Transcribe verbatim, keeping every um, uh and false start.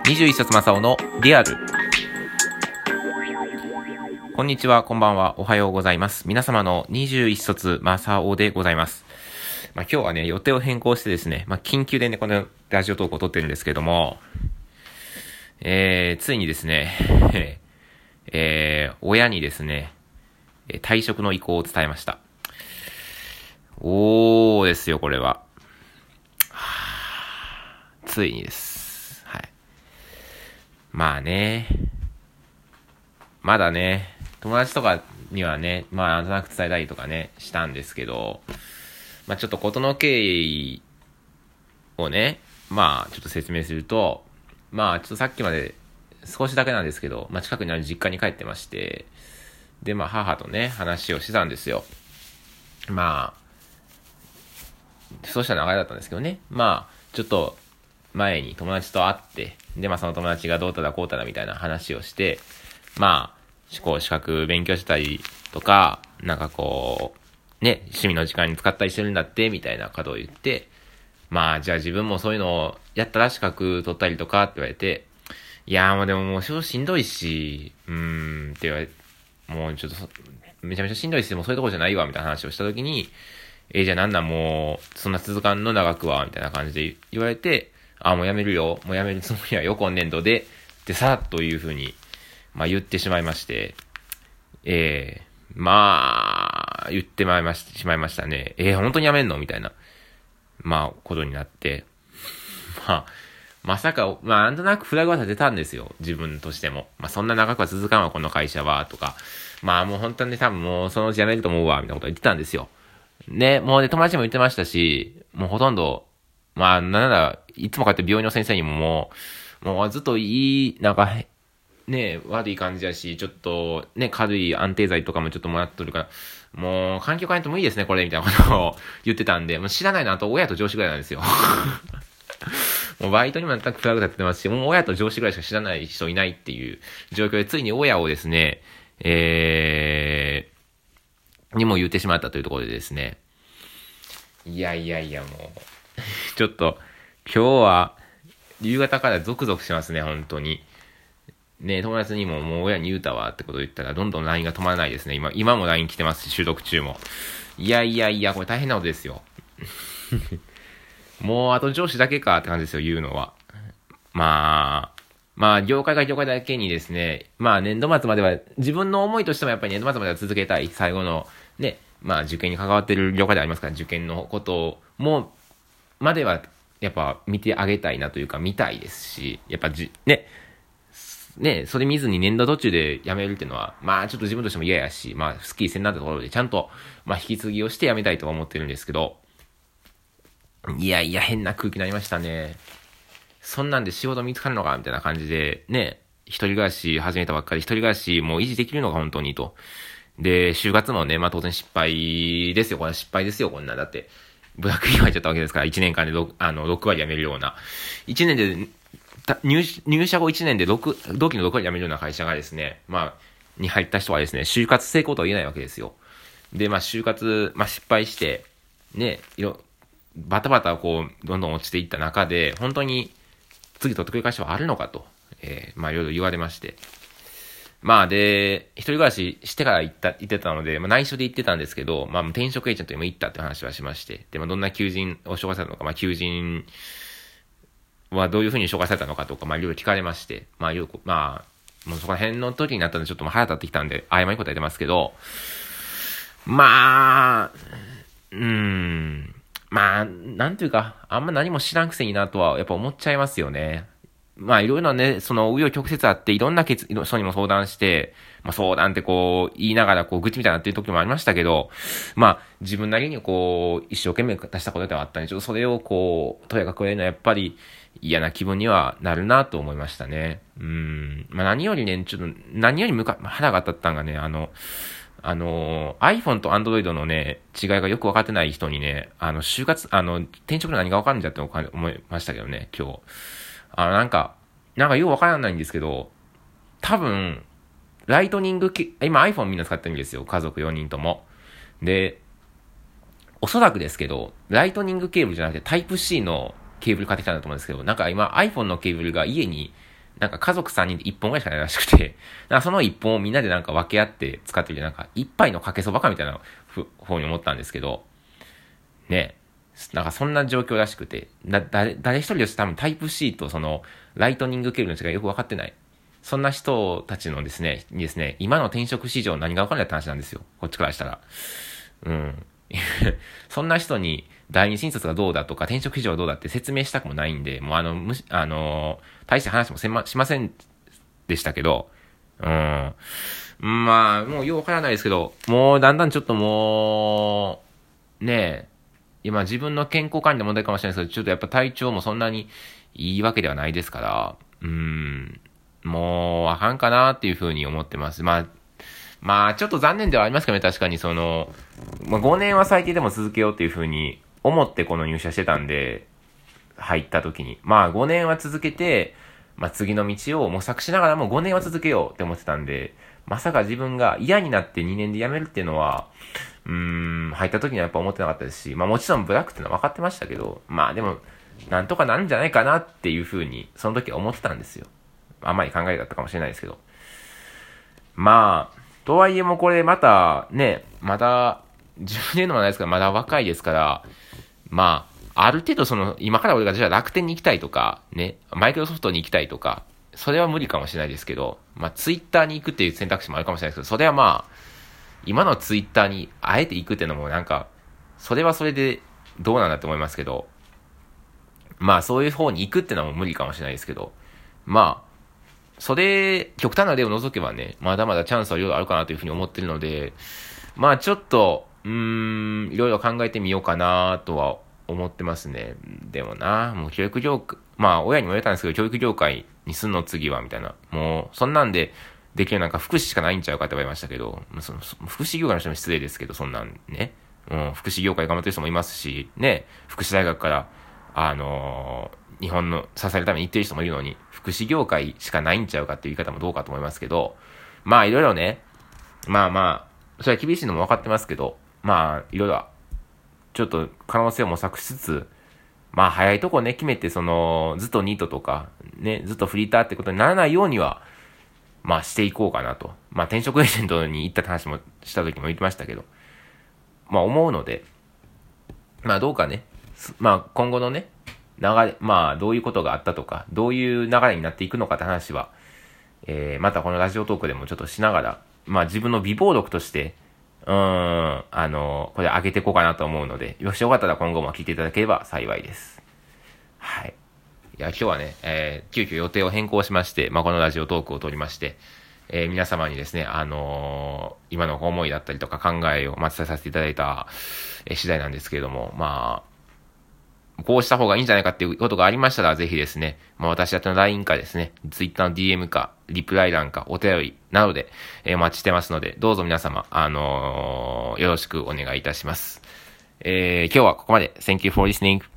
にじゅういっさつ正雄のリアル。こんにちは、こんばんは、おはようございます。皆様のにじゅういっさつ正雄でございます。まあ、今日はね、予定を変更してですね、まあ、緊急でね、このラジオトークを撮ってるんですけども、えー、ついにですね、えー、親にですね、退職の意向を伝えました。おーですよ、これは。ついにです。はい。まあね、まだね、友達とかにはね、まあなんとなく伝えたりとかね、したんですけど、まあちょっと事の経緯をね、まあちょっと説明すると、まあちょっとさっきまで少しだけなんですけど、まあ近くにある実家に帰ってまして、でまあ母とね、話をしてたんですよ。まあ、そうしたら流れだったんですけどね、まあちょっと前に友達と会って、でまあその友達がどうただこうただみたいな話をして、まあ、こう資格勉強したりとか、なんかこう、ね、趣味の時間に使ったりしてるんだって、みたいなことを言って、まあ、じゃあ自分もそういうのをやったら資格取ったりとかって言われて、いやーもうでももうしんどいし、うーんって言われて、もうちょっとめちゃめちゃしんどいし、もうそういうとこじゃないわ、みたいな話をしたときに、えー、じゃあなんだもう、そんな続かんの長くは、みたいな感じで言われて、あ、もうやめるよ、もうやめるつもりはよ、今年度で、でさ、というふうに、まあ言ってしまいまして、ええー、まあ、言ってまいまし、しまいましたね。ええー、本当にやめんのみたいな、まあ、ことになって、まあ、まさか、まあ、なんとなくフラグは立てたんですよ。自分としても。まあ、そんな長くは続かんわ、この会社は、とか。まあ、もう本当にね、多分もうそのうちやめると思うわ、みたいなこと言ってたんですよ。ね、もうね、友達も言ってましたし、もうほとんど、まあ、なんなら、いつもこうやって病院の先生にももう、もうずっといい、なんか、ね、悪い感じやし、ちょっと、ね、軽い安定剤とかもちょっともらっとるから、もう、環境変えてもいいですね、これ、みたいなことを言ってたんで、もう知らないのあと親と上司ぐらいなんですよ。もうバイトにも全くフラグ立ててますし、もう親と上司ぐらいしか知らない人いないっていう状況で、ついに親をですね、えー、にも言ってしまったというところでですね、いやいやいや、もう、ちょっと、今日は、夕方からゾクゾクしますね、本当に。ね、友達にももう親に言うたわってことを言ったらどんどん ライン が止まらないですね。今、今も ライン 来てますし、収録中も。いやいやいや、これ大変なことですよ。もうあと上司だけかって感じですよ、言うのは。まあ、まあ、業界が業界だけにですね、まあ年度末までは、自分の思いとしてもやっぱり年度末までは続けたい、最後のね、まあ受験に関わってる業界でありますから、受験のことも、までは、やっぱ見てあげたいなというか見たいですし、やっぱじ、ね、ね、それ見ずに年度途中で辞めるっていうのは、まあちょっと自分としても嫌やし、まあスッキリせんなってところでちゃんと、まあ引き継ぎをして辞めたいとは思ってるんですけど、いやいや変な空気になりましたね。そんなんで仕事見つかるのかみたいな感じで、ね、一人暮らし始めたばっかり、一人暮らしもう維持できるのか本当にと。で、就活もね、まあ当然失敗ですよ。これは失敗ですよ、こんな。だって、ブラックに入っちゃったわけですから、いちねんかんで 6, あのろくわり辞めるような。いちねんで、入, 入社後いちねんで6、同期のろくわり辞めるような会社がですね、まあ、に入った人はですね、就活成功とは言えないわけですよ。で、まあ、就活、まあ、失敗して、ね、いろ、バタバタこう、どんどん落ちていった中で、本当に、次取ってくる会社はあるのかと、えー、まあ、いろいろ言われまして。まあ、で、一人暮らししてから行った、行ってたので、まあ、内緒で行ってたんですけど、まあ、転職エージェントにも行ったって話はしまして、でもどんな求人を紹介されたのか、まあ、求人、はどういうふうに紹介されたのかとか、まあいろいろ聞かれまして、まあいろいろ、まあ、もうそこら辺の時になったんでちょっと腹立ってきたんで、曖昧に答えてますけど、まあ、うーん、まあ、なんていうか、あんま何も知らんくせになとはやっぱ思っちゃいますよね。まあいろいろね、その紆余曲折あって、いろんな人にも相談して、まあ相談ってこう、言いながらこう、愚痴みたいになってる時もありましたけど、まあ自分なりにこう、一生懸命出したことではあったんで、ちょっとそれをこう、とやかく言えるのはやっぱり、嫌な気分にはなるなと思いましたね。うん。まあ何よりね、ちょっと、何よりむか、腹が立ったんがね、あの、あの、iPhone と Android のね、違いがよくわかってない人にね、あの、就活、あの、転職の何がわかるんだって思いましたけどね、今日。あの、なんか、なんかよくわからないんですけど、多分、ライトニングけ、今 iPhone みんな使ってるんですよ、家族よにんとも。で、おそらくですけど、ライトニングケーブルじゃなくてタイプ C のケーブル買ってきたんだと思うんですけど、なんか今 iPhone のケーブルが家になんか家族さんにんでいっぽんぐらいしかないらしくて、なんかそのいっぽんをみんなでなんか分け合って使ってみて、なんか一杯のかけそばかみたいな方に思ったんですけど、ね、なんかそんな状況らしくて、だ、誰、誰一人です多分タイプ C とそのライトニングケーブルの違いよく分かってない。そんな人たちのですね、にですね、今の転職市場何が分かんないって話なんですよ。こっちからしたら。うん。そんな人に第二新卒がどうだとか転職市場がどうだって説明したくもないんで、もうあの、むし、あのー、大して話もせま、しませんでしたけど、うん。まあ、もうようわからないですけど、もうだんだんちょっともう、ねえ、今自分の健康管理の問題かもしれないですけど、ちょっとやっぱ体調もそんなにいいわけではないですから、うん、もうあかんかなっていうふうに思ってます。まあ、まあ、ちょっと残念ではありますけどね、確かにその、まあ、ごねんは最低でも続けようっていうふうに思ってこの入社してたんで、入った時に。まあ、ごねんは続けて、まあ、次の道を模索しながらもごねんは続けようって思ってたんで、まさか自分が嫌になってにねんで辞めるっていうのは、うーん、入った時にはやっぱ思ってなかったですし、まあもちろんブラックっていうのは分かってましたけど、まあでも、なんとかなるんじゃないかなっていうふうに、その時は思ってたんですよ。あんまり考えだったかもしれないですけど。まあ、とはいえもこれまたね、まだじゅうねんでもないですから、まだ若いですから、まあ、ある程度その、今から俺がじゃあ楽天に行きたいとか、ね、マイクロソフトに行きたいとか、それは無理かもしれないですけど、まあツイッターに行くっていう選択肢もあるかもしれないですけど、それはまあ、今のツイッターにあえて行くっていうのもなんか、それはそれでどうなんだって思いますけど、まあそういう方に行くっていうのも無理かもしれないですけど、まあ、それ、極端な例を除けばね、まだまだチャンスはいろいろあるかなというふうに思ってるので、まあちょっと、うーん、いろいろ考えてみようかなとは思ってますね。でもな、もう教育業界、まあ親にも言われたんですけど、教育業界にすんの次は、みたいな。もう、そんなんで、できるなんか福祉しかないんちゃうかって言われましたけど、その福祉業界の人も失礼ですけど、そんなんね。うん、福祉業界頑張ってる人もいますし、ね、福祉大学から、あのー、日本の支えるために行ってる人もいるのに、福祉業界しかないんちゃうかっていう言い方もどうかと思いますけど、まあいろいろね、まあまあ、それは厳しいのも分かってますけど、まあいろいろ、ちょっと可能性を模索しつつ、まあ早いとこね、決めて、その、ずっとニートとか、ね、ずっとフリーターってことにならないようには、まあしていこうかなと。まあ転職エージェントに行った話もした時も言ってましたけど、まあ思うので、まあどうかね、まあ今後のね、流れ、まあどういうことがあったとか、どういう流れになっていくのかって話は、えー、またこのラジオトークでもちょっとしながら、まあ自分の備忘録として、うーん、あの、これ上げていこうかなと思うので、よしよかったら今後も聞いていただければ幸いです。はい。いや、今日はね、えー、急遽予定を変更しまして、まあ、このラジオトークを撮りまして、えー、皆様にですね、あのー、今の思いだったりとか考えを、まあ、伝えさせていただいた、えー、次第なんですけれども、まあ、こうした方がいいんじゃないかっていうことがありましたら、ぜひですね、まあ、私だっての ライン かですね、Twitter の ディーエム か、リプライ欄か、お便りなどで、えー、お待ちしてますので、どうぞ皆様、あのー、よろしくお願いいたします。えー、今日はここまで。Thank you for listening.